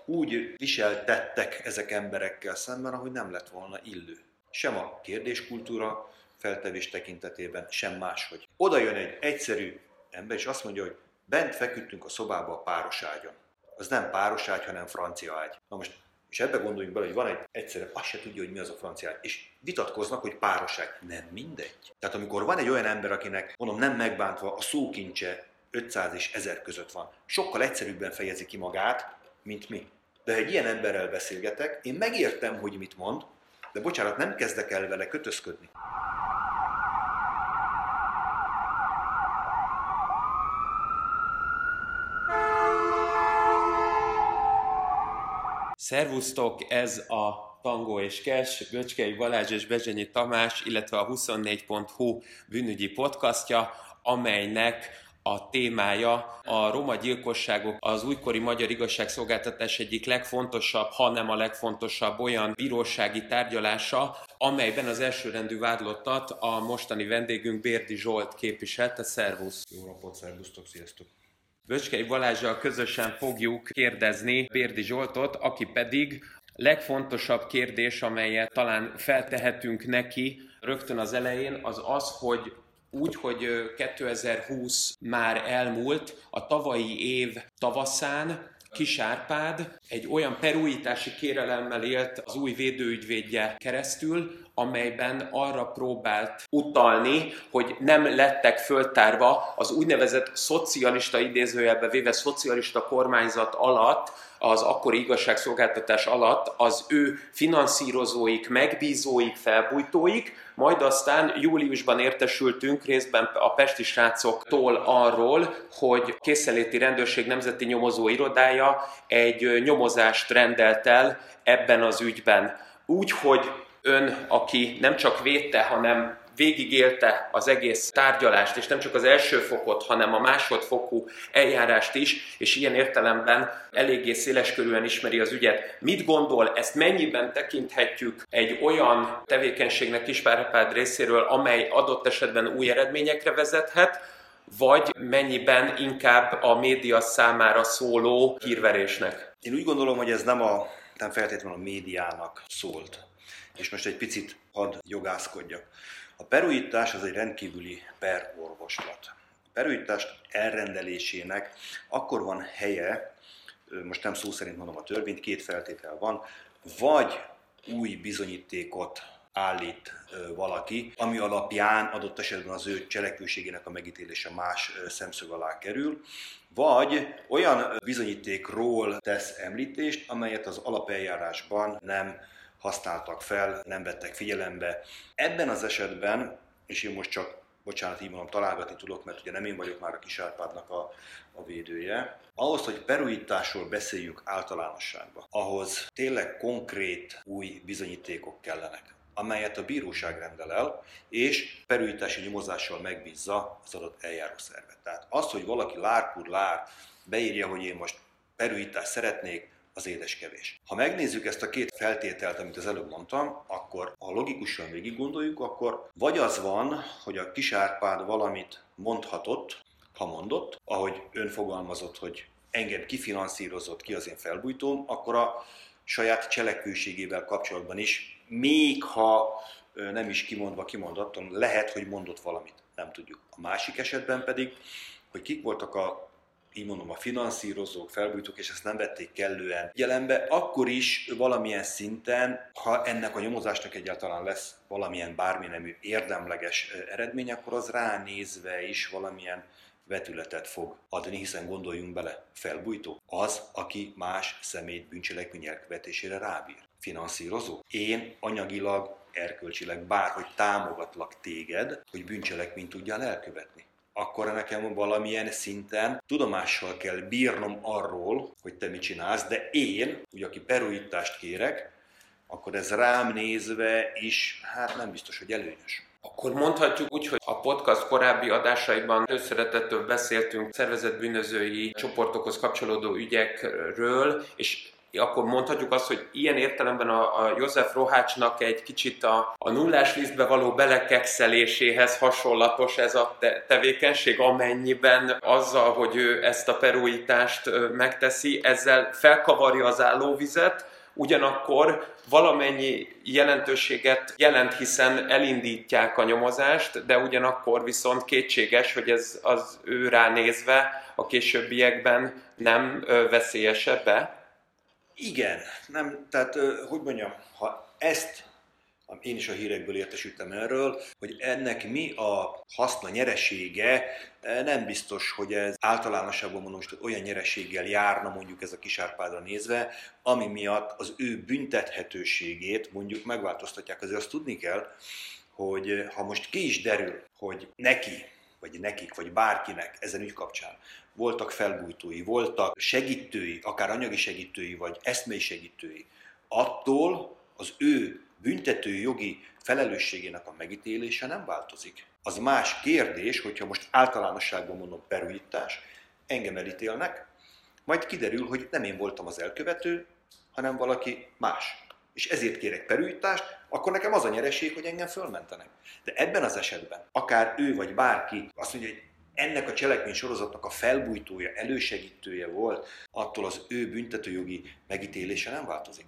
úgy viseltettek ezek emberekkel szemben, ahogy nem lett volna illő. Sem a kérdéskultúra feltevés tekintetében, sem máshogy. Oda jön egy egyszerű ember, és azt mondja, hogy bent feküdtünk a szobába a páros ágyon. Az nem páros ágy, hanem francia ágy. Na most, és ebbe gondoljunk bele, hogy van egy egyszerű, azt se tudja, hogy mi az a francia ágy. És vitatkoznak, hogy páros ágy. Nem mindegy. Tehát amikor van egy olyan ember, akinek, mondom, nem megbántva, a szókincse 500 és 1000 között van, sokkal egyszerűbben fejezi ki magát, mint mi. De ha egy ilyen emberrel beszélgetek, én megértem, hogy mit mond, de bocsánat, nem kezdek el vele kötözködni. Szervusztok, ez a Tango és Cash, Böcskei Balázs és Bezsenyi Tamás, illetve a 24.hu bűnügyi podcastja, amelynek a témája a roma gyilkosságok, az újkori magyar igazságszolgáltatás egyik legfontosabb, ha nem a legfontosabb olyan bírósági tárgyalása, amelyben az elsőrendű vádlottat a mostani vendégünk Bérdi Zsolt képviselte. Szervusz! Jó napot, szervusztok, sziasztok! Böcskei Balázsral közösen fogjuk kérdezni Bérdi Zsoltot, aki pedig legfontosabb kérdés, amelyet talán feltehetünk neki rögtön az elején, az az, hogy úgy, hogy 2020 már elmúlt, a tavalyi év tavaszán Kis Árpád egy olyan perújítási kérelemmel élt az új védőügyvédje keresztül, amelyben arra próbált utalni, hogy nem lettek föltárva az úgynevezett szocialista, idézőjelbe véve szocialista kormányzat alatt, az akkori igazságszolgáltatás alatt az ő finanszírozóik, megbízóik, felbujtóik, majd aztán júliusban értesültünk részben a pesti srácoktól arról, hogy Készeléti Rendőrség Nemzeti Nyomozó Irodája egy nyomozást rendelt el ebben az ügyben. Úgy, hogy ön, aki nem csak védte, hanem végigélte az egész tárgyalást, és nem csak az első fokot, hanem a másodfokú eljárást is, és ilyen értelemben eléggé széleskörűen ismeri az ügyet. Mit gondol, ezt mennyiben tekinthetjük egy olyan tevékenységnek Kis Árpád részéről, amely adott esetben új eredményekre vezethet, vagy mennyiben inkább a média számára szóló hírverésnek? Én úgy gondolom, hogy ez nem feltétlenül a médiának szólt. És most egy picit hadd jogászkodjak. A perújítás az egy rendkívüli perorvoslat. A perújítás elrendelésének akkor van helye, most nem szó szerint mondom a törvényt, két feltétel van, vagy új bizonyítékot állít valaki, ami alapján adott esetben az ő cselekvőségének a megítélése más szemszög alá kerül, vagy olyan bizonyítékról tesz említést, amelyet az alapeljárásban nem használtak fel, nem vettek figyelembe. Ebben az esetben, és én most csak, bocsánat, így mondom, találgatni tudok, mert ugye nem én vagyok már a Kis Árpádnak a védője. Ahhoz, hogy perújításról beszéljünk általánosságban, ahhoz tényleg konkrét új bizonyítékok kellenek, amelyet a bíróság rendel el, és perújítási nyomozással megbízza az adott eljárószervet. Tehát az, hogy valaki lár beírja, hogy én most perújítást szeretnék, az édeskevés. Ha megnézzük ezt a két feltételt, amit az előbb mondtam, akkor ha logikusan végig gondoljuk, akkor vagy az van, hogy a Kis Árpád valamit mondhatott, ha mondott, ahogy ön fogalmazott, hogy engem kifinanszírozott, ki az én felbujtóm, akkor a saját cselekvőségével kapcsolatban is, még ha nem is kimondatlan, lehet, hogy mondott valamit, nem tudjuk. A másik esetben pedig, hogy kik voltak a finanszírozók, felbujtók, és ezt nem vették kellően figyelembe, akkor is valamilyen szinten, ha ennek a nyomozásnak egyáltalán lesz valamilyen bárminemű érdemleges eredmény, akkor az ránézve is valamilyen vetületet fog adni, hiszen gondoljunk bele, felbujtó az, aki más személyt bűncselekmény elkövetésére rábír. Finanszírozó. Én anyagilag, erkölcsileg bárhogy támogatlak téged, hogy bűncselekményt tudjál elkövetni. Akkor nekem valamilyen szinten tudomással kell bírnom arról, hogy te mit csinálsz, de én, ugye aki perújítást kérek, akkor ez rám nézve is, nem biztos, hogy előnyös. Akkor mondhatjuk úgy, hogy a podcast korábbi adásaiban előszeretettől beszéltünk szervezett bűnözői csoportokhoz kapcsolódó ügyekről, és akkor mondhatjuk azt, hogy ilyen értelemben a József Rohácsnak egy kicsit a nullás lisztbe való belekekszeléséhez hasonlatos ez a tevékenység, amennyiben azzal, hogy ő ezt a perújítást megteszi, ezzel felkavarja az állóvizet, ugyanakkor valamennyi jelentőséget jelent, hiszen elindítják a nyomozást, de ugyanakkor viszont kétséges, hogy ez az ő ránézve a későbbiekben nem veszélyesebb-e? Igen, nem, tehát hogy mondjam, ha ezt, én is a hírekből értesültem erről, hogy ennek mi a haszna, nyeresége, nem biztos, hogy ez általánosabban mondom, hogy olyan nyereséggel járna mondjuk ez a Kis Árpádra nézve, ami miatt az ő büntethetőségét mondjuk megváltoztatják. Azért azt tudni kell, hogy ha most ki is derül, hogy neki, vagy nekik, vagy bárkinek ezen ügy kapcsán voltak felbújtói, voltak segítői, akár anyagi segítői, vagy eszmei segítői, attól az ő büntető jogi felelősségének a megítélése nem változik. Az más kérdés, hogyha most általánosságban mondom perújítás, engem elítélnek, majd kiderül, hogy nem én voltam az elkövető, hanem valaki más. És ezért kérek perújítást, akkor nekem az a nyereség, hogy engem fölmentenek. De ebben az esetben, akár ő vagy bárki azt mondja, hogy ennek a cselekmény sorozatnak a felbújtója, elősegítője volt, attól az ő büntetőjogi megítélése nem változik.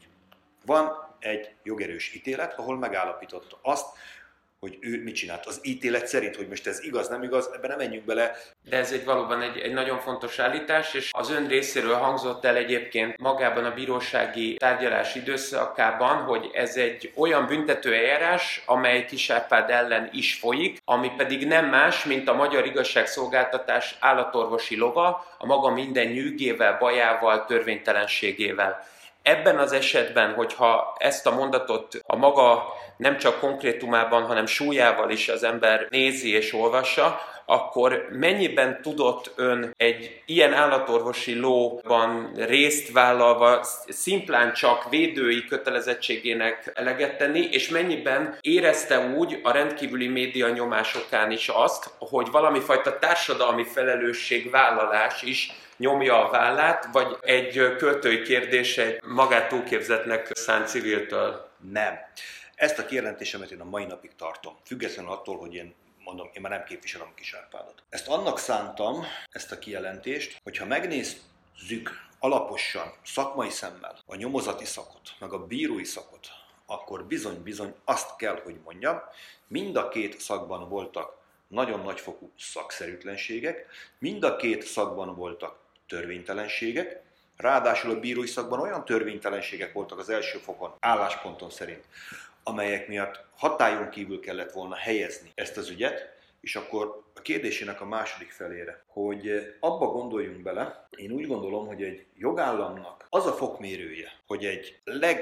Van egy jogerős ítélet, ahol megállapította azt, hogy ő mit csinált. Az ítélet szerint, hogy most ez igaz, nem igaz, ebben nem menjünk bele. De ez valóban egy nagyon fontos állítás, és az ön részéről hangzott el egyébként magában a bírósági tárgyalás időszakában, hogy ez egy olyan büntetőeljárás, amely Kis Árpád ellen is folyik, ami pedig nem más, mint a magyar igazságszolgáltatás állatorvosi lova, a maga minden nyűgével, bajával, törvénytelenségével. Ebben az esetben, hogyha ezt a mondatot a maga nem csak konkrétumában, hanem súlyával is az ember nézi és olvassa, akkor mennyiben tudott ön egy ilyen állatorvosi lóban részt vállalva szimplán csak védői kötelezettségének eleget tenni, és mennyiben érezte úgy a rendkívüli média nyomásokán is azt, hogy valami fajta társadalmi felelősségvállalás is nyomja a vállát, vagy egy költői kérdés egy magát túlképzetnek szánt civiltől? Nem. Ezt a kijelentésemet én a mai napig tartom, függetlenül attól, hogy én már nem képviselem a Kis Árpádot. Ezt annak szántam, ezt a kijelentést, hogyha megnézzük alaposan, szakmai szemmel a nyomozati szakot, meg a bírói szakot, akkor bizony-bizony azt kell, hogy mondjam, mind a két szakban voltak nagyon nagyfokú szakszerűtlenségek, mind a két szakban voltak törvénytelenségek, ráadásul a bírói szakban olyan törvénytelenségek voltak az első fokon, állásponton szerint, amelyek miatt hatályon kívül kellett volna helyezni ezt az ügyet, és akkor a kérdésének a második felére, hogy abba gondoljunk bele, én úgy gondolom, hogy egy jogállamnak az a fokmérője, hogy egy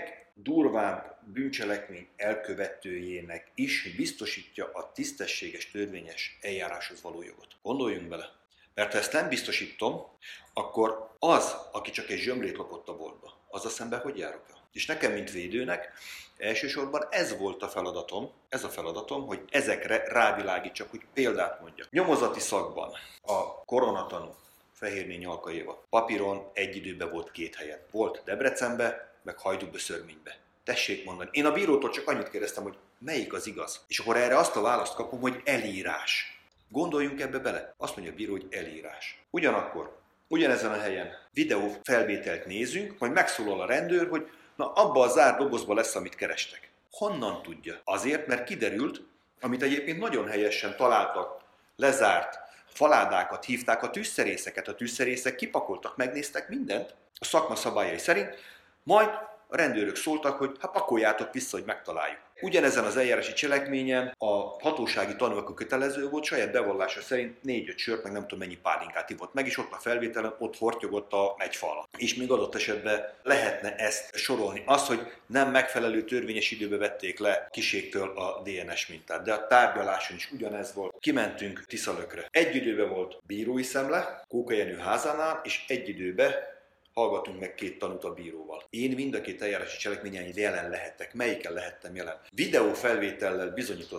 legdurvább bűncselekmény elkövetőjének is biztosítja a tisztességes, törvényes eljáráshoz való jogot. Gondoljunk bele. Mert ha ezt nem biztosítom, akkor az, aki csak egy zsömlét lopott a boltba, az a szembe hogy járok el? És nekem, mint védőnek, elsősorban ez volt a feladatom, hogy ezekre rávilágítsak, hogy példát mondjak. Nyomozati szakban a koronatanú Fehérné Nyalka Éva papíron egy időben volt 2 helyen. Volt Debrecenbe, meg Hajdúböszörménybe. Tessék mondani. Én a bírótól csak annyit kérdeztem, hogy melyik az igaz. És akkor erre azt a választ kapom, hogy elírás. Gondoljunk ebbe bele. Azt mondja a bíró, hogy elírás. Ugyanakkor, ugyanezen a helyen videó felvételt nézünk, majd megszólal a rendőr, hogy na abba a zárt dobozba lesz, amit kerestek. Honnan tudja? Azért, mert kiderült, amit egyébként nagyon helyesen találtak, lezárt faládákat, hívták a tűzszerészeket. A tűzszerészek kipakoltak, megnéztek mindent a szakma szabályai szerint, majd a rendőrök szóltak, hogy hát pakoljátok vissza, hogy megtaláljuk. Ugyanezen az eljárási cselekményen a hatósági tanú, aki kötelező volt, saját bevallása szerint 4-5 sört, meg nem tudom mennyi pálinkát ivott meg, és ott a felvételen ott hortyogott a megyfala. És még adott esetben lehetne ezt sorolni. Az, hogy nem megfelelő törvényes időbe vették le Kiséktől a DNS mintát, de a tárgyaláson is ugyanez volt. Kimentünk Tiszalökre. Egy időben volt bírói szemle, Kóka Jenő házánál, és egy időben hallgatunk meg 2 tanút a bíróval. Én mind a 2 eljárási cselekményen jelen lehettek. Melyiken lehettem jelen? Videófelvétellel bizonyítottuk,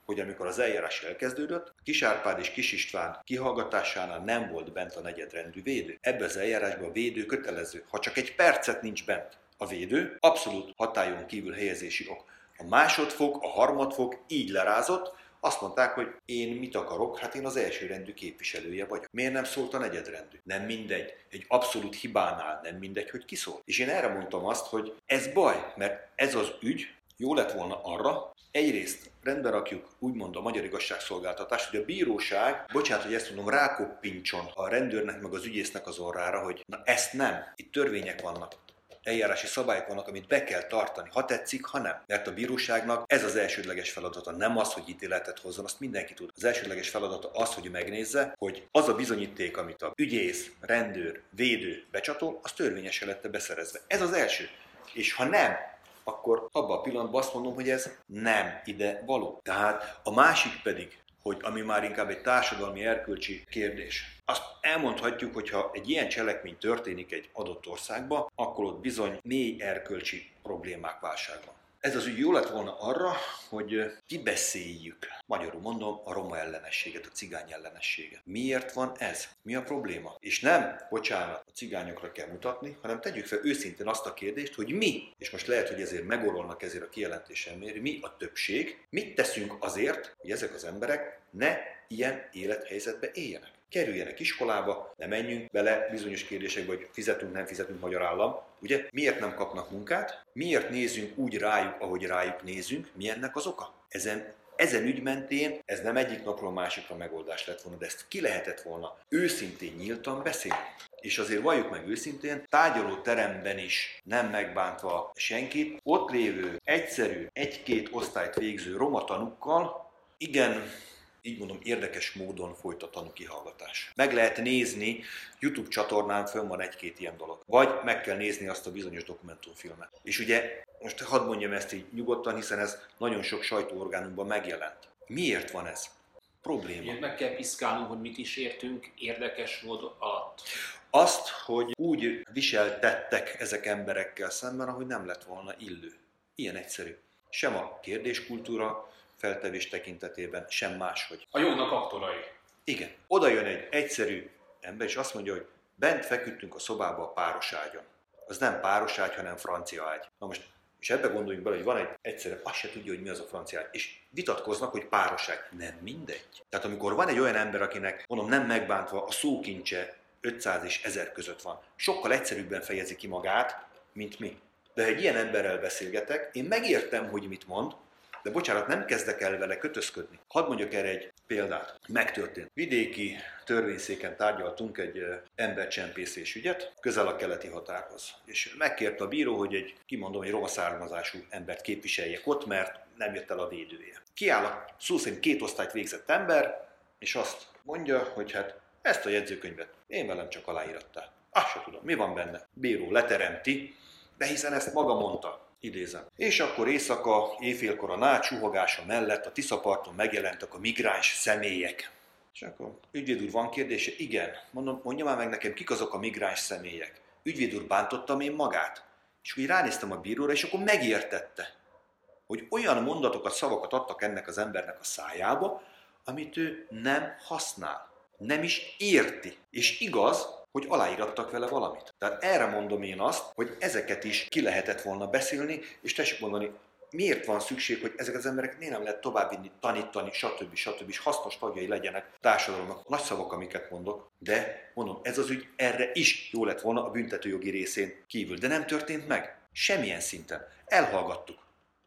hogy amikor az eljárás elkezdődött, Kis Árpád és Kis István kihallgatásánál nem volt bent a negyedrendű védő. Ebben az eljárásban a védő kötelező. Ha csak egy percet nincs bent a védő, abszolút hatályon kívül helyezési ok. A másodfok, a harmadfok így lerázott, azt mondták, hogy én mit akarok, hát én az elsőrendű képviselője vagyok. Miért nem szólt a negyedrendű? Nem mindegy, egy abszolút hibánál nem mindegy, hogy ki szól. És én erre mondtam azt, hogy ez baj, mert ez az ügy jó lett volna arra, egyrészt rendben rakjuk úgymond a magyar igazságszolgáltatást, hogy a bíróság, bocsánat, hogy ezt mondom, rákoppintson a rendőrnek meg az ügyésznek az orrára, hogy na ezt nem, itt törvények vannak. Eljárási szabályok vannak, amit be kell tartani, ha tetszik, ha nem. Mert a bíróságnak ez az elsődleges feladata, nem az, hogy ítéletet hozzon, azt mindenki tud. Az elsődleges feladata az, hogy megnézze, hogy az a bizonyíték, amit a ügyész, rendőr, védő becsatol, az törvényesen lett beszerezve. Ez az első. És ha nem, akkor abban a pillanatban azt mondom, hogy ez nem ide való. Tehát a másik pedig, hogy ami már inkább egy társadalmi erkölcsi kérdés. Azt elmondhatjuk, hogy ha egy ilyen cselekmény történik egy adott országban, akkor ott bizony mély erkölcsi problémák, válság van. Ez az ügy jó lett volna arra, hogy kibeszéljük, magyarul mondom, a roma ellenességet, a cigány ellenességet. Miért van ez? Mi a probléma? És nem, bocsánat, a cigányokra kell mutatni, hanem tegyük fel őszintén azt a kérdést, hogy mi, és most lehet, hogy ezért megorolnak ezért a kijelentésemért, mi a többség, mit teszünk azért, hogy ezek az emberek ne ilyen élethelyzetbe éljenek. Kerüljenek iskolába, ne menjünk bele bizonyos kérdésekbe, hogy fizetünk, nem fizetünk magyar állam. Ugye? Miért nem kapnak munkát? Miért nézünk úgy rájuk, ahogy rájuk nézünk? Mi ennek az oka? Ezen ügy mentén ez nem egyik napról a másikra megoldás lett volna, de ezt ki lehetett volna őszintén, nyíltan beszélni. És azért valljuk meg őszintén, tárgyalóteremben is nem megbántva senkit, ott lévő, egyszerű, egy-két osztályt végző roma tanukkal, igen, így mondom, érdekes módon folyt a tanúkihallgatás. Meg lehet nézni, YouTube csatornán fönn van egy-két ilyen dolog. Vagy meg kell nézni azt a bizonyos dokumentumfilmet. És ugye, most hadd mondjam ezt így nyugodtan, hiszen ez nagyon sok sajtóorgánumban megjelent. Miért van ez? Probléma. Ugye meg kell piszkálnunk, hogy mit is értünk érdekes mód alatt. Azt, hogy úgy viseltettek ezek emberekkel szemben, ahogy nem lett volna illő. Ilyen egyszerű. Sem a kérdéskultúra feltevés tekintetében, sem máshogy. A jognak aktorai. Igen. Oda jön egy egyszerű ember, és azt mondja, hogy bent feküdtünk a szobába a páros ágyon. Az nem páros ágy, hanem francia ágy. Na most, és ebbe gondoljunk bele, hogy van egy egyszerű, azt se tudja, hogy mi az a francia ágy. És vitatkoznak, hogy páros ágy. Nem mindegy. Tehát amikor van egy olyan ember, akinek, mondom, nem megbántva, a szókincse 500 és 1000 között van, sokkal egyszerűbben fejezi ki magát, mint mi. De ha egy ilyen emberrel beszélgetek, én megértem, hogy mit mond, de bocsánat, nem kezdek el vele kötözködni. Hadd mondjak erre egy példát. Megtörtént. Vidéki törvényszéken tárgyaltunk egy embercsempészés ügyet, közel a keleti határhoz. És megkérte a bíró, hogy egy roma származású embert képviseljek ott, mert nem jött el a védője. Kiáll a szó szerint 2 osztályt végzett ember, és azt mondja, hogy hát ezt a jegyzőkönyvet én velem csak aláírattál. Azt se tudom, mi van benne. Bíró leteremti, de hiszen ezt maga mondta. Idézem. És akkor éjszaka, éjfélkor a nád suhogása mellett a Tiszaparton megjelentek a migráns személyek. És akkor, ügyvéd úr, van kérdése? Igen. Mondom, mondja már meg nekem, kik azok a migráns személyek. Ügyvéd úr, bántottam én magát? És úgy ránéztem a bíróra, és akkor megértette, hogy olyan mondatokat, szavakat adtak ennek az embernek a szájába, amit ő nem használ. Nem is érti. És igaz, hogy aláírattak vele valamit. Tehát erre mondom én azt, hogy ezeket is ki lehetett volna beszélni, és tessék mondani, miért van szükség, hogy ezek az emberek miért nem lehet továbbvinni, tanítani, stb. És hasznos tagjai legyenek a társadalomnak. Nagy szavak, amiket mondok, de mondom, ez az ügy erre is jó lett volna a büntetőjogi részén kívül. De nem történt meg. Semmilyen szinten. Elhallgattuk.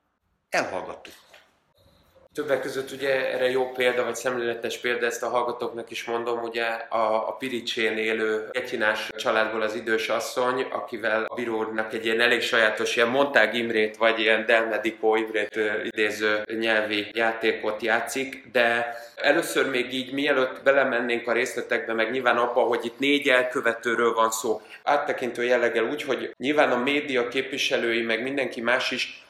Többek között ugye erre jó példa, vagy szemléletes példa, ezt a hallgatóknak is mondom, ugye a Piricsén élő Getyinás családból az idős asszony, akivel a bíró úrnak egy ilyen elég sajátos ilyen Montág Imrét, vagy ilyen Del Medico Imrét idéző nyelvi játékot játszik, de először még így, mielőtt belemennénk a részletekbe, meg nyilván abba, hogy itt 4 elkövetőről van szó, áttekintő jelleggel úgy, hogy nyilván a média képviselői, meg mindenki más is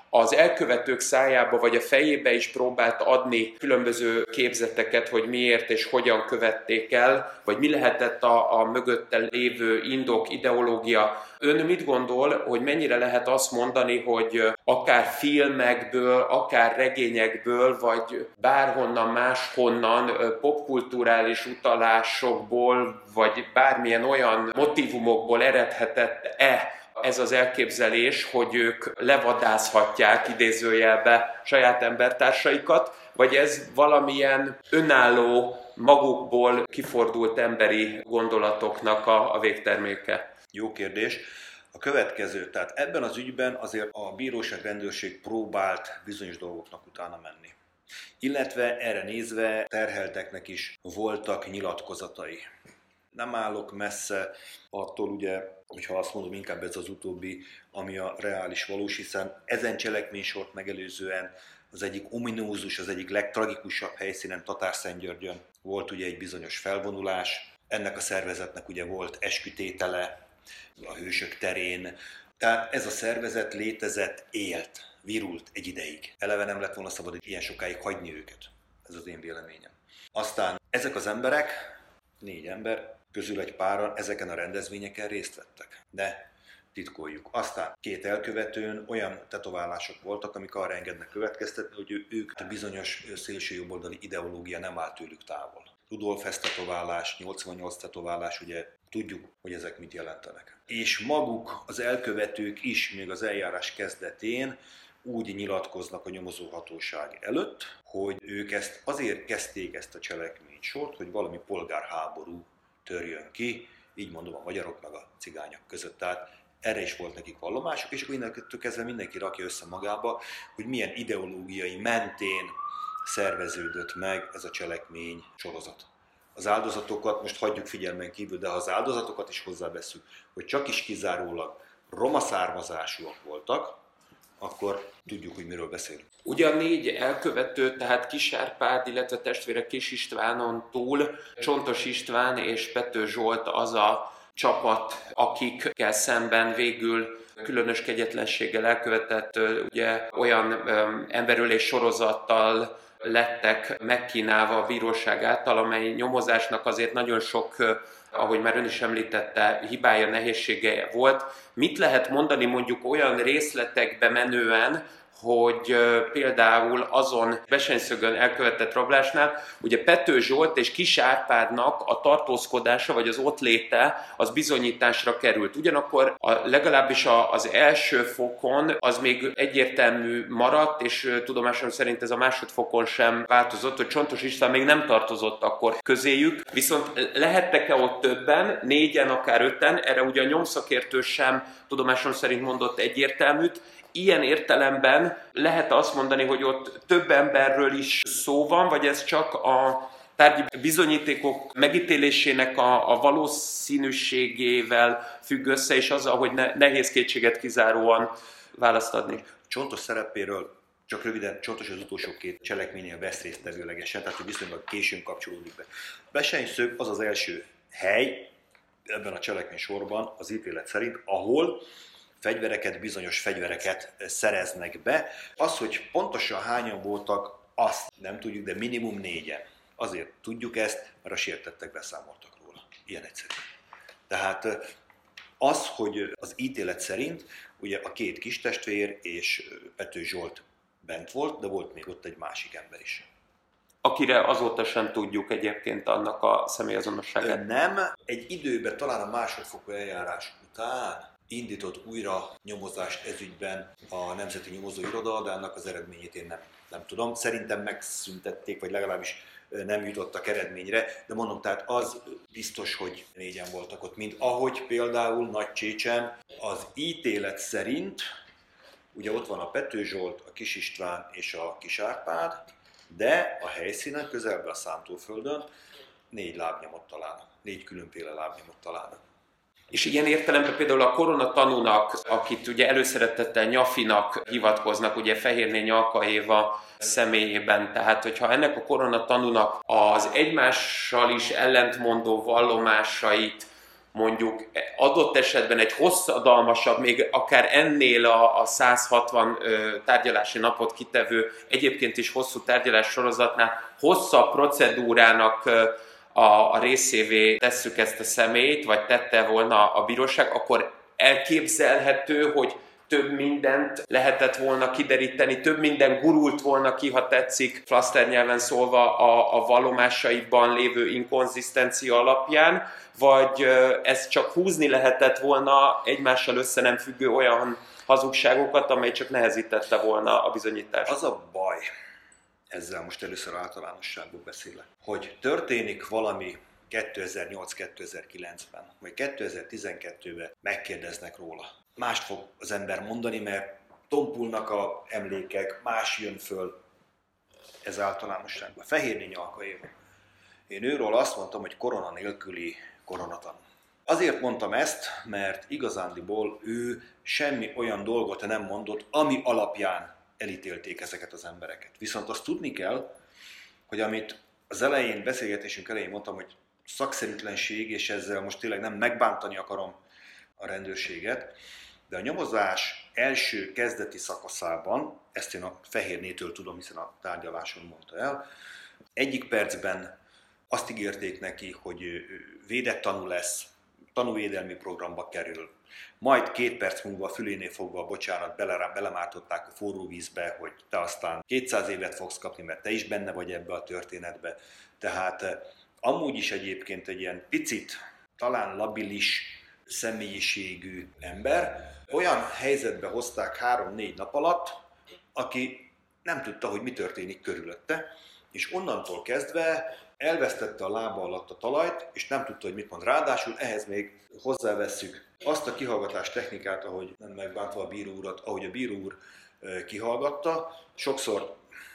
az elkövetők szájába vagy a fejébe is próbált adni különböző képzeteket, hogy miért és hogyan követték el, vagy mi lehetett a mögötte lévő indok, ideológia. Ön mit gondol, hogy mennyire lehet azt mondani, hogy akár filmekből, akár regényekből, vagy bárhonnan máshonnan popkulturális utalásokból, vagy bármilyen olyan motívumokból eredhetett-e ez az elképzelés, hogy ők levadászhatják idézőjelbe saját embertársaikat, vagy ez valamilyen önálló, magukból kifordult emberi gondolatoknak a végterméke? Jó kérdés. A következő, tehát ebben az ügyben azért a bíróság, rendőrség próbált bizonyos dolgoknak utána menni. Illetve erre nézve terhelteknek is voltak nyilatkozatai. Nem állok messze attól ugye, hogyha azt mondom, inkább ez az utóbbi, ami a reális valós, hiszen ezen cselekménysort megelőzően az egyik ominózus, az egyik legtragikusabb helyszínen, Tatárszentgyörgyön volt ugye egy bizonyos felvonulás. Ennek a szervezetnek ugye volt eskütétele a Hősök terén. Tehát ez a szervezet létezett, élt, virult egy ideig. Eleve nem lett volna szabad ilyen sokáig hagyni őket. Ez az én véleményem. Aztán ezek az emberek, 4 ember, közül egy páran ezeken a rendezvényeken részt vettek. De titkoljuk. Aztán 2 elkövetőn olyan tetoválások voltak, amik arra engednek következtetni, hogy ők a bizonyos szélsőjobboldali ideológia nem áll tőlük távol. Rudolf Hess tetoválás, 88 tetoválás, ugye tudjuk, hogy ezek mit jelentenek. És maguk az elkövetők is még az eljárás kezdetén úgy nyilatkoznak a nyomozóhatóság előtt, hogy ők azért kezdték ezt a cselekménysort, hogy valami polgárháború törjön ki, így mondom, a magyarok meg a cigányok között. Tehát erre is volt nekik vallomások, és akkor innentől kezdve mindenki rakja össze magába, hogy milyen ideológiai mentén szerveződött meg ez a cselekmény sorozat. Az áldozatokat most hagyjuk figyelmen kívül, de ha az áldozatokat is hozzáveszünk, hogy csak is kizárólag roma származásúak voltak, akkor tudjuk, hogy miről beszélünk. Ugyan 4 elkövető, tehát Kiss Árpád, illetve testvére Kiss Istvánon túl Csontos István és Pető Zsolt az a csapat, akikkel szemben végül különös kegyetlenséggel elkövetett ugye, olyan emberölés sorozattal lettek megkínálva a bíróság által, amely nyomozásnak azért nagyon sok, ahogy már ön is említette, hibája, nehézsége volt. Mit lehet mondani mondjuk olyan részletekbe menően, hogy például azon Bessenyszögön elkövetett rablásnál, ugye Pető Zsolt és Kiss Árpádnak a tartózkodása vagy az ott léte az bizonyításra került. Ugyanakkor legalábbis az első fokon az még egyértelmű maradt, és tudomásom szerint ez a másodfokon sem változott, hogy Csontos István még nem tartozott akkor közéjük. Viszont lehettek-e ott többen, 4-en, akár 5-en, erre ugye a nyomszakértő sem tudomásom szerint mondott egyértelműt. Ilyen értelemben lehet azt mondani, hogy ott több emberről is szó van, vagy ez csak a tárgyi bizonyítékok megítélésének a valószínűségével függ össze, és azzal, hogy nehéz kétséget kizáróan választ adni? Csontos szerepéről csak röviden, Csontos az utolsó 2 cselekménynél vesz részt tevőlegesen, tehát viszonylag későn kapcsolódik be. Bessenyszög az az első hely ebben a cselekmény sorban az ítélet szerint, ahol bizonyos fegyvereket szereznek be. Az, hogy pontosan hányan voltak, azt nem tudjuk, de minimum 4-en. Azért tudjuk ezt, mert a sértettek beszámoltak róla. Ilyen egyszerű. Tehát az, hogy az ítélet szerint ugye a 2 kistestvér és Pető Zsolt bent volt, de volt még ott egy másik ember is. Akire azóta sem tudjuk egyébként annak a személyazonosságát. Nem, egy időben, talán a másodfokú eljárás után indított újra nyomozást ezügyben a Nemzeti Nyomozóiroda, de annak az eredményét én nem tudom. Szerintem megszüntették, vagy legalábbis nem jutottak eredményre, de mondom, tehát az biztos, hogy 4-en voltak ott, mint ahogy például Nagycsécsen az ítélet szerint, ugye ott van a Pető Zsolt, a Kiss István és a Kiss Árpád, de a helyszínen, közelben a Szántóföldön 4 lábnyomot találnak, 4 különféle lábnyomot találnak. És ilyen értelemben például a koronatanúnak, akit ugye előszeretettel Nyafinak hivatkoznak, ugye Fehérné Nyalka Éva személyében, tehát hogyha ennek a koronatanúnak az egymással is ellentmondó vallomásait mondjuk adott esetben egy hosszadalmasabb, még akár ennél a 160 tárgyalási napot kitevő, egyébként is hosszú tárgyalás sorozatnál hosszabb procedúrának a részévé tesszük ezt a személyt, vagy tette volna a bíróság, akkor elképzelhető, hogy több mindent lehetett volna kideríteni, több minden gurult volna ki, ha tetszik, flaszter nyelven szólva a vallomásaiban lévő inkonzisztencia alapján, vagy ezt csak húzni lehetett volna egymással össze nem függő olyan hazugságokat, amely csak nehezítette volna a bizonyítást. Az a baj, ezzel most először általánosságban beszélek, hogy történik valami 2008-2009-ben, vagy 2012-ben megkérdeznek róla. Mást fog az ember mondani, mert tompulnak a emlékek, más jön föl, ez általánosságban. Fehérné Nyalka Éva. Én őről azt mondtam, hogy korona nélküli koronatanú. Azért mondtam ezt, mert igazándiból ő semmi olyan dolgot nem mondott, ami alapján elítélték ezeket az embereket. Viszont azt tudni kell, hogy amit az elején, beszélgetésünk elején mondtam, hogy szakszerűtlenség, és ezzel most tényleg nem megbántani akarom a rendőrséget, de a nyomozás első kezdeti szakaszában, ezt én a Fehérnétől tudom, hiszen a tárgyaláson mondta el, egyik percben azt ígérték neki, hogy védett tanú lesz, tanúvédelmi programba kerül. Majd 2 perc múlva fülénél fogva, bocsánat, belemártották a forró vízbe, hogy te aztán 200 évet fogsz kapni, mert te is benne vagy ebbe a történetbe. Tehát amúgy is egyébként egy ilyen picit, talán labilis személyiségű ember, olyan helyzetbe hozták 3-4 nap alatt, aki nem tudta, hogy mi történik körülötte, és onnantól kezdve elvesztette a lába alatt a talajt, és nem tudta, hogy mit mond. Ráadásul ehhez még hozzávesszük azt a kihallgatás technikát, ahogy nem megbántva a bíró urat, ahogy a bíró úr kihallgatta, sokszor,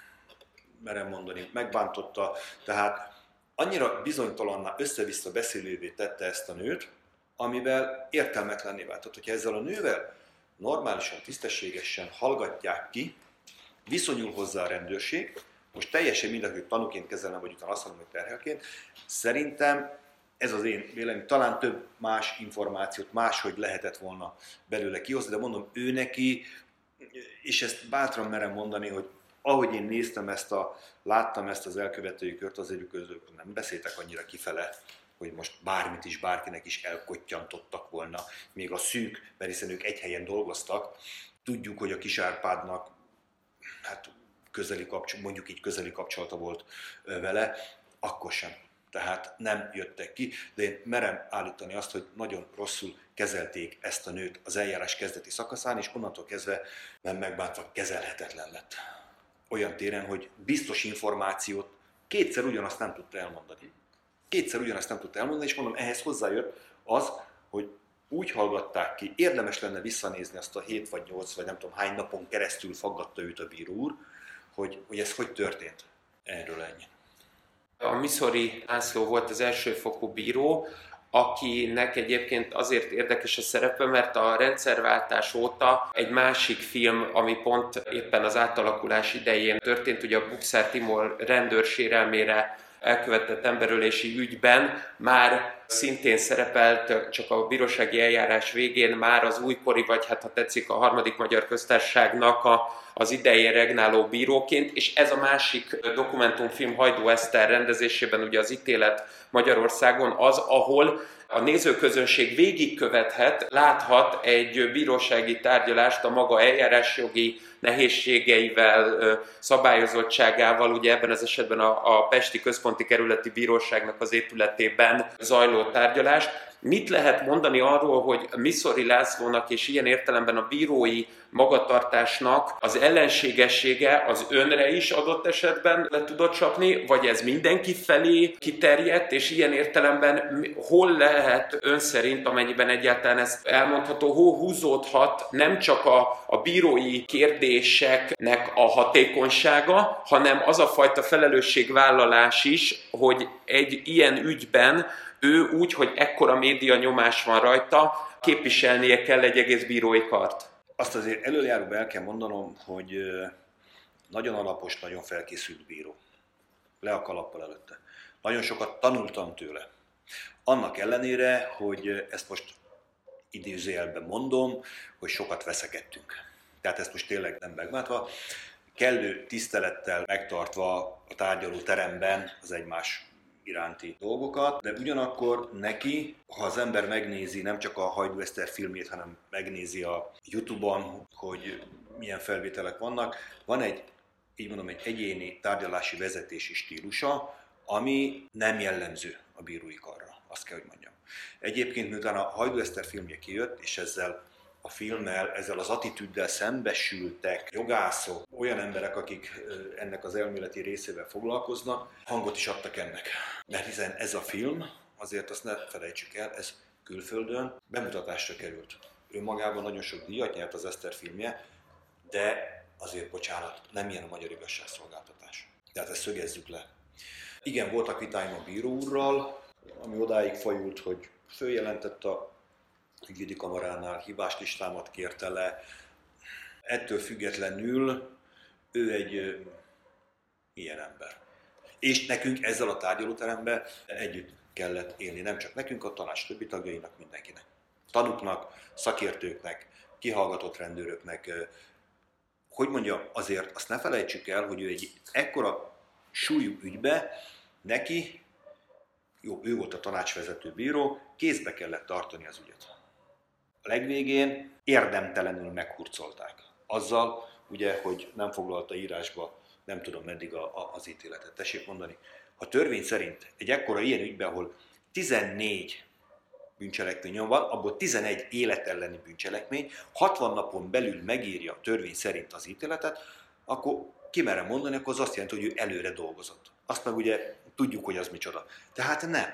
merem mondani, megbántotta, tehát annyira bizonytalanná össze-vissza beszélővé tette ezt a nőt, amivel értelmetlenné vált. Tehát, hogyha ezzel a nővel normálisan, tisztességesen hallgatják ki, viszonyul hozzá a rendőrség, most teljesen mindegy, hogy tanúként kezelnem, vagy utána azt mondom, hogy terhelként, szerintem ez az én véleményem, talán több más információt máshogy lehetett volna belőle kihozni, de mondom, ő neki, és ezt bátran merem mondani, hogy ahogy én néztem láttam ezt az elkövetői kört, azért ők nem beszéltek annyira kifele, hogy most bármit is, bárkinek is elkottyantottak volna, még a szűk, mert hiszen ők egy helyen dolgoztak. Tudjuk, hogy a Kis Árpádnak hát mondjuk így közeli kapcsolata volt vele, akkor sem. Tehát nem jöttek ki, de én merem állítani azt, hogy nagyon rosszul kezelték ezt a nőt az eljárás kezdeti szakaszán, és onnantól kezdve nem megbántva kezelhetetlen lett. Olyan téren, hogy biztos információt kétszer ugyanazt nem tudta elmondani. És mondom, ehhez hozzájött az, hogy úgy hallgatták ki, érdemes lenne visszanézni azt a 7 vagy 8 vagy nem tudom hány napon keresztül faggatta őt a bíró úr, hogy ez hogy történt. Erről ennyi. A Miszori László volt az elsőfokú bíró, akinek egyébként azért érdekes a szerepe, mert a rendszerváltás óta egy másik film, ami pont éppen az átalakulás idején történt, ugye a Bukszár Timor rendőrsérelmére elkövetett emberölési ügyben már szintén szerepelt, csak a bírósági eljárás végén már az újkori, vagy hát ha tetszik a harmadik magyar köztársaságnak az idején regnáló bíróként, és ez a másik dokumentumfilm Hajdú Eszter rendezésében ugye az ítélet Magyarországon az, ahol a nézőközönség végigkövethet, láthat egy bírósági tárgyalást a maga eljárásjogi nehézségeivel, szabályozottságával, ugye ebben az esetben a Pesti Központi Kerületi Bíróságnak az épületében zajló tárgyalást. Mit lehet mondani arról, hogy Miszori Lászlónak és ilyen értelemben a bírói magatartásnak az ellenségessége az önre is adott esetben le tudott csapni, vagy ez mindenki felé kiterjedt, és ilyen értelemben hol lehet ön szerint, amennyiben egyáltalán ez elmondható, hol húzódhat nem csak a bírói kérdéseknek a hatékonysága, hanem az a fajta felelősségvállalás is, hogy egy ilyen ügyben ő úgy, hogy ekkora média nyomás van rajta, képviselnie kell egy egész bírói kart. Azt azért előjáróban el kell mondanom, hogy nagyon alapos, nagyon felkészült bíró. Le a kalappal előtte. Nagyon sokat tanultam tőle. Annak ellenére, hogy ezt most idézőjelben mondom, hogy sokat veszekedtünk. Tehát ezt most tényleg nem megváltva, kellő tisztelettel megtartva a tárgyaló teremben az egymás iránti dolgokat, de ugyanakkor neki, ha az ember megnézi nem csak a Hajdú Eszter filmjét, hanem megnézi a YouTube-on, hogy milyen felvételek vannak, van egy, így mondom, egy egyéni tárgyalási vezetési stílusa, ami nem jellemző a bírói karra, azt kell, hogy mondjam. Egyébként miután a Hajdú Eszter filmje kijött, és ezzel a filmmel, ezzel az attitűddel szembesültek jogászok, olyan emberek, akik ennek az elméleti részével foglalkoznak, hangot is adtak ennek. Mert hiszen ez a film, azért azt ne felejtsük el, ez külföldön bemutatásra került. Ő magában nagyon sok díjat nyert az Eszter filmje, de azért, bocsánat, nem ilyen a magyar igazságszolgáltatás. Tehát ezt szögezzük le. Igen, voltak vitáim a bíró úrral, ami odáig fajult, hogy följelentett a ügyvédi kamaránál, hibáslistámat kérte le. Ettől függetlenül ő egy ilyen ember. És nekünk ezzel a tárgyalóteremben együtt kellett élni, nem csak nekünk, a tanács többi tagjainak, mindenkinek. Tanuknak, szakértőknek, kihallgatott rendőröknek. Hogy mondjam, azért azt ne felejtsük el, hogy ő egy ekkora súlyú ügybe, neki, jó, ő volt a tanácsvezető bíró, kézbe kellett tartani az ügyet. A legvégén érdemtelenül meghurcolták. Azzal, ugye, hogy nem foglalta írásba, nem tudom meddig az ítéletet. Tessék mondani, ha törvény szerint egy ekkora ilyen ügyben, ahol 14 bűncselekmény van, abból 11 életelleni bűncselekmény, 60 napon belül megírja a törvény szerint az ítéletet, akkor kimerem mondani, akkor az azt jelenti, hogy ő előre dolgozott. Azt meg ugye tudjuk, hogy az micsoda. Tehát nem.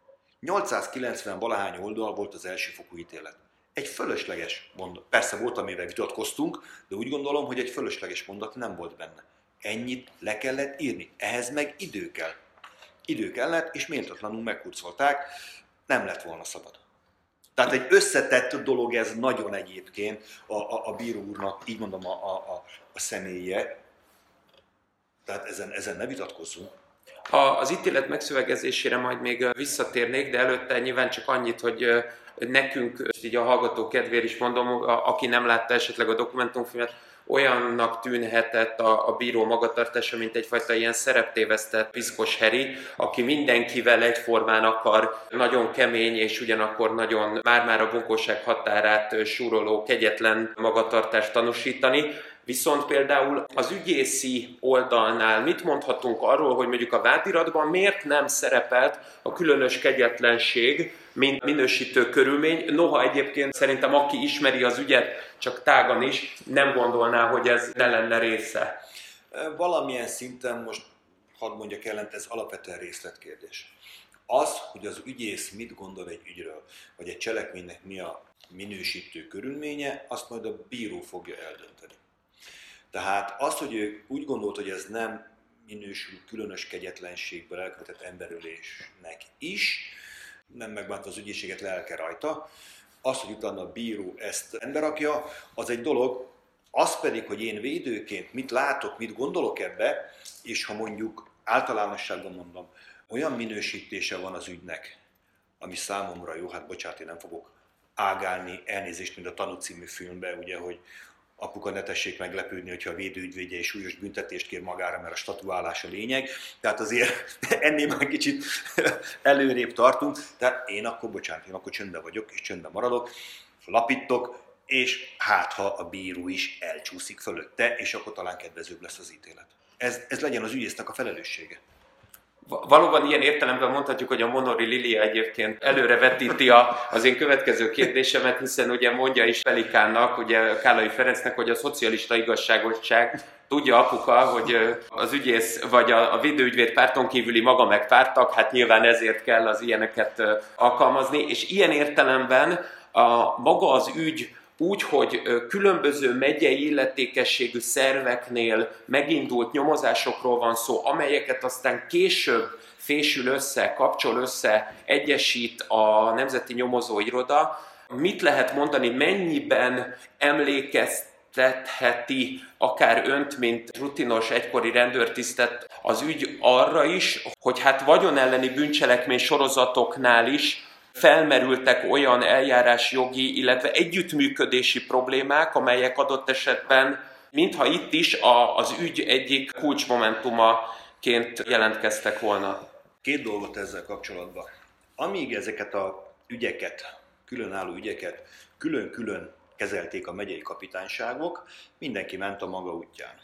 890 valahány oldal volt az elsőfokú ítélet. Egy fölösleges mondat. Persze volt, amivel vitatkoztunk, de úgy gondolom, hogy egy fölösleges mondat nem volt benne. Ennyit le kellett írni. Ehhez meg idő kell. Idő kellett, és méltatlanul meghurcolták. Nem lett volna szabad. Tehát egy összetett dolog ez nagyon egyébként a bíró úrnak, így mondom, a személye. Tehát ezen ne vitatkozzunk. Az ítélet megszövegezésére majd még visszatérnék, de előtte nyilván csak annyit, hogy nekünk, így a hallgató kedvéért is mondom, aki nem látta esetleg a dokumentumfilmet, olyannak tűnhetett a bíró magatartása, mint egyfajta ilyen szereptévesztett piszkos Harry, aki mindenkivel egyformán akar nagyon kemény és ugyanakkor nagyon már-már a bunkóság határát súroló kegyetlen magatartást tanúsítani. Viszont például az ügyészi oldalnál mit mondhatunk arról, hogy mondjuk a vádiratban miért nem szerepelt a különös kegyetlenség, mint minősítő körülmény, noha egyébként szerintem aki ismeri az ügyet, csak tágan is, nem gondolná, hogy ez ne lenne része. Valamilyen szinten most, hadd mondjak ellent, ez alapvetően részletkérdés. Az, hogy az ügyész mit gondol egy ügyről, vagy egy cselekménynek mi a minősítő körülménye, azt majd a bíró fogja eldönteni. Tehát az, hogy ő úgy gondolt, hogy ez nem minősül különös kegyetlenségből elkövetett emberölésnek is, nem megbántva az ügyészséget, lelke rajta. Az, hogy utána a bíró ezt rendbe rakja, az egy dolog. Az pedig, hogy én védőként mit látok, mit gondolok ebbe, és ha mondjuk általánosságban mondom, olyan minősítése van az ügynek, ami számomra jó, hát bocsánat, én nem fogok ágálni, elnézést, mint a Tanú című filmben, ugye, hogy apuka, ne tessék meglepődni, hogyha a védőügyvédje és súlyos büntetést kér magára, mert a statuálás a lényeg. Tehát azért ennél már kicsit előrébb tartunk. Tehát én akkor csöndben vagyok, és csöndben maradok, lapítok, és hát ha a bíró is elcsúszik fölötte, és akkor talán kedvezőbb lesz az ítélet. Ez legyen az ügyésznek a felelőssége. Valóban ilyen értelemben mondhatjuk, hogy a Monori Lilia egyébként előrevetíti az én következő kérdésemet, hiszen ugye mondja is Pelikánnak, ugye Kállai Ferencnek, hogy a szocialista igazságosság tudja apuka, hogy az ügyész vagy a védőügyvéd párton kívüli maga meg pártag, hát nyilván ezért kell az ilyeneket alkalmazni, és ilyen értelemben maga az ügy úgy, hogy különböző megyei illetékességű szerveknél megindult nyomozásokról van szó, amelyeket aztán később fésül össze, kapcsol össze, egyesít a Nemzeti Nyomozóiroda. Mit lehet mondani, mennyiben emlékeztet emlékeztetheti akár önt, mint rutinos egykori rendőrtisztet az ügy arra is, hogy hát vagyon elleni bűncselekmény sorozatoknál is felmerültek olyan eljárásjogi, illetve együttműködési problémák, amelyek adott esetben, mintha itt is az ügy egyik kulcsmomentumaként jelentkeztek volna. Két dolgot ezzel kapcsolatban. Amíg ezeket a ügyeket, különálló ügyeket külön-külön kezelték a megyei kapitányságok, mindenki ment a maga útján.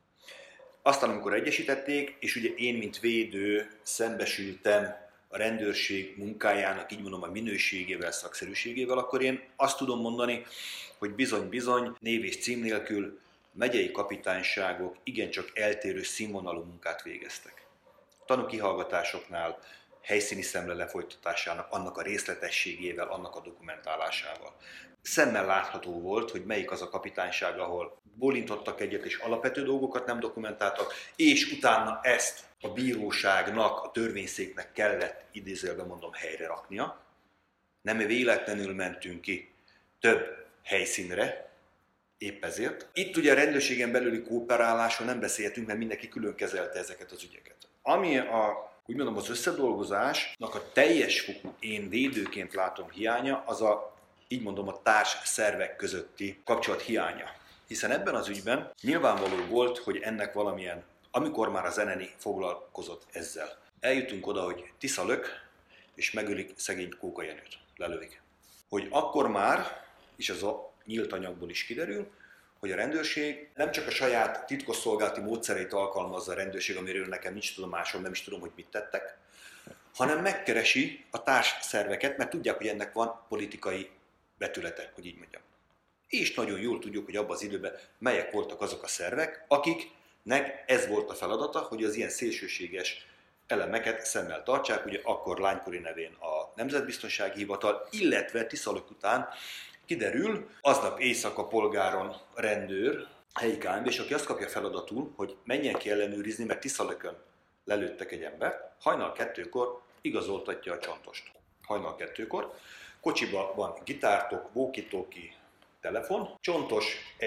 Aztán, amikor egyesítették, és ugye én, mint védő szembesültem a rendőrség munkájának, így mondom, a minőségével, szakszerűségével, akkor én azt tudom mondani, hogy bizony-bizony, név és cím nélkül megyei kapitányságok igencsak eltérő színvonalú munkát végeztek. Tanúkihallgatásoknál, helyszíni szemle lefolytatásának, annak a részletességével, annak a dokumentálásával. Szemmel látható volt, hogy melyik az a kapitányság, ahol bólintottak egyet és alapvető dolgokat nem dokumentáltak, és utána ezt a bíróságnak, a törvényszéknek kellett, idézőjelben mondom, helyre raknia. Nem véletlenül mentünk ki több helyszínre, épp ezért. Itt ugye a rendőrségen belüli kooperálásról nem beszéltünk, mert mindenki külön kezelte ezeket az ügyeket. Ami úgy mondom, az összedolgozásnak a teljes fokú, én védőként látom hiánya, az így mondom, a társ szervek közötti kapcsolat hiánya. Hiszen ebben az ügyben nyilvánvaló volt, hogy ennek valamilyen, amikor már az NNI foglalkozott ezzel. Eljutunk oda, hogy Tisza lök, és megölik szegény Kóka Jenőt, lelövik. Hogy akkor már, és ez a nyílt anyagból is kiderül, hogy a rendőrség nem csak a saját titkosszolgálati módszereit alkalmazza a rendőrség, amiről nekem nincs tudomásom, nem is tudom, hogy mit tettek, hanem megkeresi a társszerveket, mert tudják, hogy ennek van politikai vetülete, hogy így mondjam. És nagyon jól tudjuk, hogy abban az időben melyek voltak azok a szervek, akiknek ez volt a feladata, hogy az ilyen szélsőséges elemeket szemmel tartsák, ugye akkor lánykori nevén a Nemzetbiztonsági Hivatal, illetve Tiszalök után kiderül, aznap éjszaka polgáron rendőr, helyi KMB, és aki azt kapja feladatul, hogy menjen ki ellenőrizni, mert Tiszalökön lelőttek egy embert, hajnal 2-kor igazoltatja a Csontost. Hajnal 2-kor. Kocsiba van gitártok, walkie-talkie, telefon. Csontos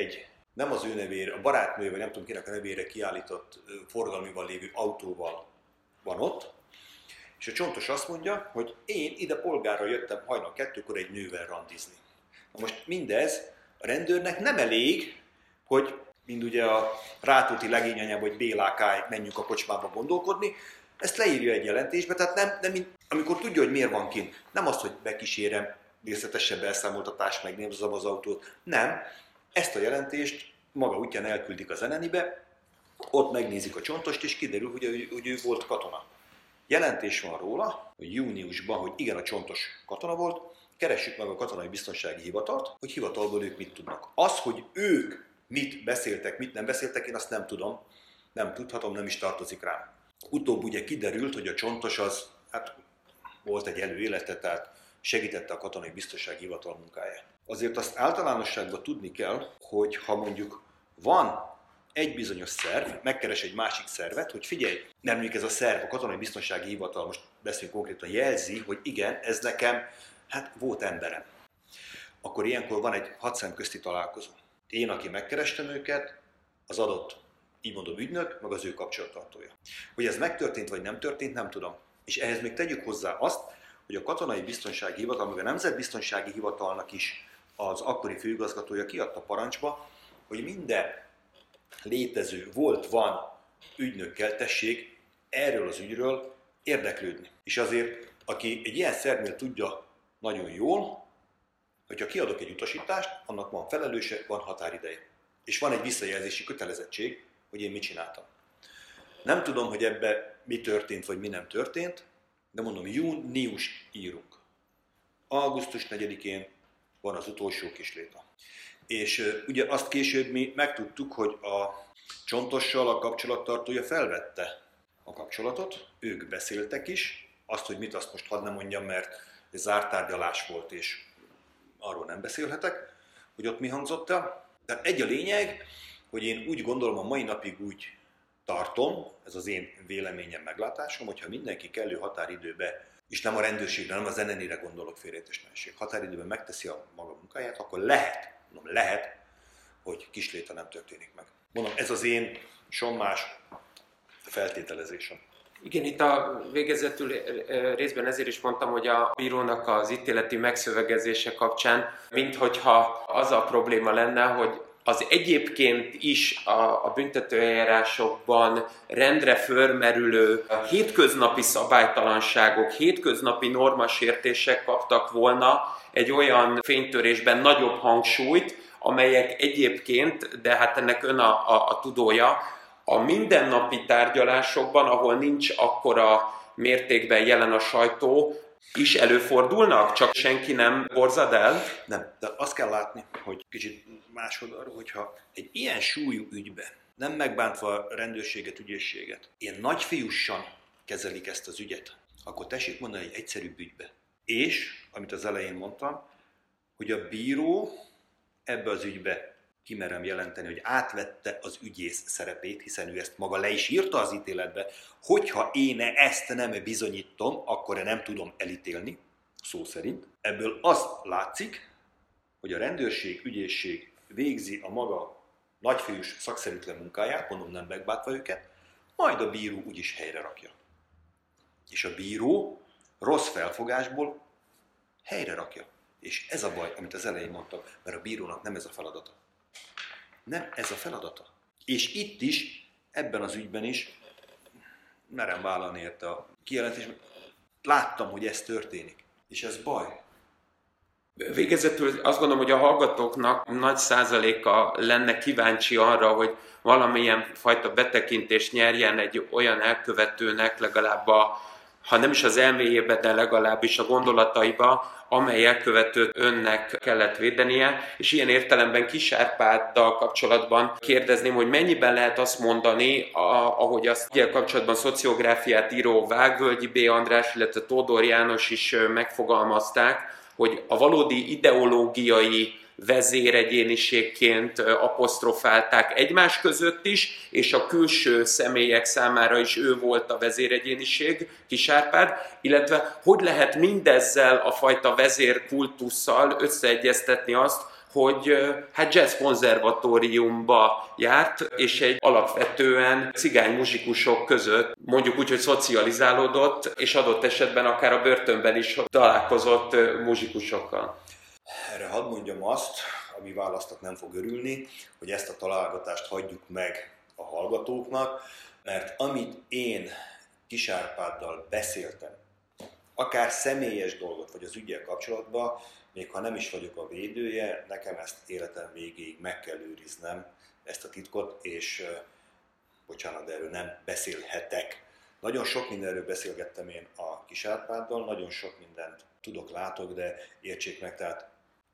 nem az ő nevére, a barátnője, vagy nem tudom kinek a nevére kiállított forgalmival lévő autóval van ott, és a Csontos azt mondja, hogy én ide polgárra jöttem hajnal 2-kor egy nővel randizni. Na most mindez a rendőrnek nem elég, hogy mind ugye a Rátóti legényanyában, hogy Bélákáj, menjünk a kocsmába gondolkodni, ezt leírja egy jelentésbe, tehát nem amikor tudja, hogy miért van kint, nem azt, hogy bekísérem, részletesebb elszámoltatás, megnézem az autót, nem, ezt a jelentést maga útján elküldik az NNI-be, ott megnézik a Csontost, és kiderül, hogy ő volt katona. Jelentés van róla, hogy júniusban, hogy igen, a Csontos katona volt, keressük meg a Katonai Biztonsági Hivatalt, hogy hivatalból ők mit tudnak. Az, hogy ők mit beszéltek, mit nem beszéltek, én azt nem tudom, nem tudhatom, nem is tartozik rám. Utóbb ugye kiderült, hogy a Csontos az, volt egy előélete, tehát segítette a Katonai Biztonsági Hivatal munkáját. Azért azt általánosságban tudni kell, hogy ha mondjuk van egy bizonyos szerv, megkeres egy másik szervet, hogy figyelj, nem mondjuk ez a szerv, a Katonai Biztonsági Hivatal, most beszélünk konkrétan, jelzi, hogy igen, ez nekem, volt emberem. Akkor ilyenkor van egy hadszemközti találkozó. Én, aki megkerestem őket, az adott, így mondom, ügynök, meg az ő kapcsolattartója. Hogy ez megtörtént vagy nem történt, nem tudom. És ehhez még tegyük hozzá azt, hogy a Katonai Biztonsági Hivatal, meg a Nemzetbiztonsági Hivatalnak is az akkori főigazgatója kiadta parancsba, hogy minden létező van ügynökkel tessék erről az ügyről érdeklődni. És azért, aki egy ilyen szervnél tudja nagyon jól, hogyha kiadok egy utasítást, annak van felelőse, van határideje. És van egy visszajelzési kötelezettség, hogy én mit csináltam. Nem tudom, hogy ebbe mi történt, vagy mi nem történt, de mondom, június írunk. Augusztus 4-én van az utolsó kisléta. És ugye azt később mi megtudtuk, hogy a Csontossal a kapcsolattartója felvette a kapcsolatot, ők beszéltek is, azt, hogy mit, azt most hadd nem mondjam, mert ez zárt tárgyalás volt, és arról nem beszélhetek, hogy ott mi hangzott el. Tehát egy a lényeg, hogy én úgy gondolom, a mai napig úgy tartom, ez az én véleményem, meglátásom, hogyha mindenki kellő határidőbe, és nem a rendőrségre, nem az NNI-re gondolok, félreértéstelenség, határidőben megteszi a maga munkáját, akkor lehet, hogy kisléta nem történik meg. Mondom, ez az én sommás feltételezésem. Igen, itt a végezetül részben ezért is mondtam, hogy a bírónak az ítéleti megszövegezése kapcsán, minthogyha az a probléma lenne, hogy az egyébként is a büntetőeljárásokban rendre fölmerülő hétköznapi szabálytalanságok, hétköznapi normasértések kaptak volna egy olyan fénytörésben nagyobb hangsúlyt, amelyek egyébként, de hát ennek ön a tudója, a mindennapi tárgyalásokban, ahol nincs akkora mértékben jelen a sajtó, is előfordulnak, csak senki nem borzad el? Nem, de azt kell látni, hogy kicsit másodarról, hogyha egy ilyen súlyú ügyben, nem megbántva a rendőrséget, ügyészséget, ilyen nagyfiúsan kezelik ezt az ügyet, akkor tessék mondani egy egyszerűbb ügybe. És, amit az elején mondtam, hogy a bíró ebbe az ügybe kimerem jelenteni, hogy átvette az ügyész szerepét, hiszen ő ezt maga le is írta az ítéletbe, hogyha én ezt nem bizonyítom, akkor én nem tudom elítélni, szó szerint. Ebből azt látszik, hogy a rendőrség, ügyészség végzi a maga nagyfiús szakszerűtlen munkáját, mondom nem megbántva őket, majd a bíró úgyis helyre rakja. És a bíró rossz felfogásból helyre rakja. És ez a baj, amit az elején mondtam, mert a bírónak nem ez a feladata. Nem ez a feladata. És itt is, ebben az ügyben is, merem vállalni érte a kijelentést, láttam, hogy ez történik. És ez baj. Végezetül azt gondolom, hogy a hallgatóknak nagy százaléka lenne kíváncsi arra, hogy valamilyen fajta betekintést nyerjen egy olyan elkövetőnek legalább ha nem is az elméjébe, de legalábbis a gondolataiba, amely elkövetőt önnek kellett védenie, és ilyen értelemben Kiss Árpáddal kapcsolatban kérdezném, hogy mennyiben lehet azt mondani, ahogy azt ilyen kapcsolatban szociográfiát író Vágvölgyi B. András, illetve Tódor János is megfogalmazták, hogy a valódi ideológiai vezéregyéniségként apostrofálták egymás között is, és a külső személyek számára is ő volt a vezéregyéniség, Kiss Árpád, illetve hogy lehet mindezzel a fajta vezérkultusszal összeegyeztetni azt, hogy hát jazz konzervatóriumba járt, és egy alapvetően cigány muzsikusok között, mondjuk úgy, hogy szocializálódott, és adott esetben akár a börtönben is találkozott muzsikusokkal. Erre hadd mondjam azt, ami választnak nem fog örülni, hogy ezt a találgatást hagyjuk meg a hallgatóknak, mert amit én Kiss Árpáddal beszéltem, akár személyes dolgot, vagy az üggyel kapcsolatban, még ha nem is vagyok a védője, nekem ezt életem végéig meg kell őriznem, ezt a titkot, és bocsánat, de erről nem beszélhetek. Nagyon sok mindenről beszélgettem én a Kiss Árpáddal, nagyon sok mindent tudok, látok, de értsék meg, tehát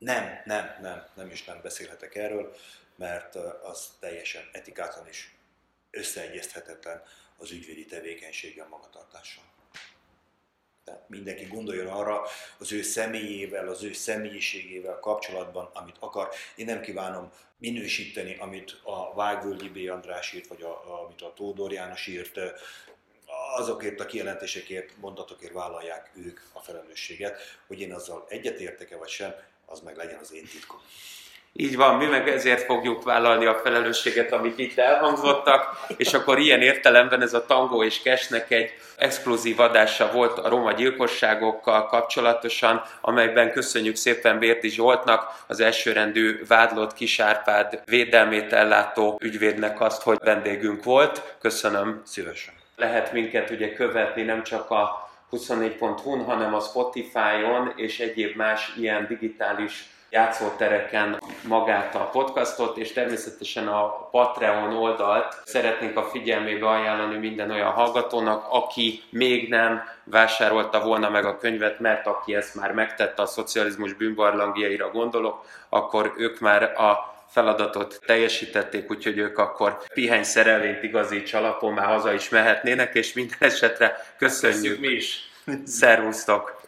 nem beszélhetek erről, mert az teljesen etikátlan és összeegyezthetetlen az ügyvédi tevékenységgel, magatartással. Tehát mindenki gondoljon arra az ő személyével, az ő személyiségével kapcsolatban, amit akar. Én nem kívánom minősíteni, amit a Vágvölgyi B. András írt, vagy amit a Tódor János írt. Azokért a kijelentésekért, mondatokért vállalják ők a felelősséget. Hogy én azzal egyetértek-e vagy sem, az meg legyen az én titkom. Így van, mi meg ezért fogjuk vállalni a felelősséget, amik itt elhangzottak, és akkor ilyen értelemben ez a Tango és Cashnek egy exkluzív adása volt a roma gyilkosságokkal kapcsolatosan, amelyben köszönjük szépen Bérdi Zsoltnak, az elsőrendű vádlott Kiss Árpád védelmét ellátó ügyvédnek azt, hogy vendégünk volt. Köszönöm. Szívesen. Lehet minket ugye követni nem csak a 24.hu-n, hanem a Spotify-on és egyéb más ilyen digitális játszótereken magát a podcastot, és természetesen a Patreon oldalt szeretnénk a figyelmébe ajánlani minden olyan hallgatónak, aki még nem vásárolta volna meg a könyvet, mert aki ezt már megtette, a szocializmus bűnbarlangjaira gondolok, akkor ők már a feladatot teljesítették, úgyhogy ők akkor piheny szerelvényt igazíts alapon már haza is mehetnének, és minden esetre köszönjük. Mi is. Szervusztok!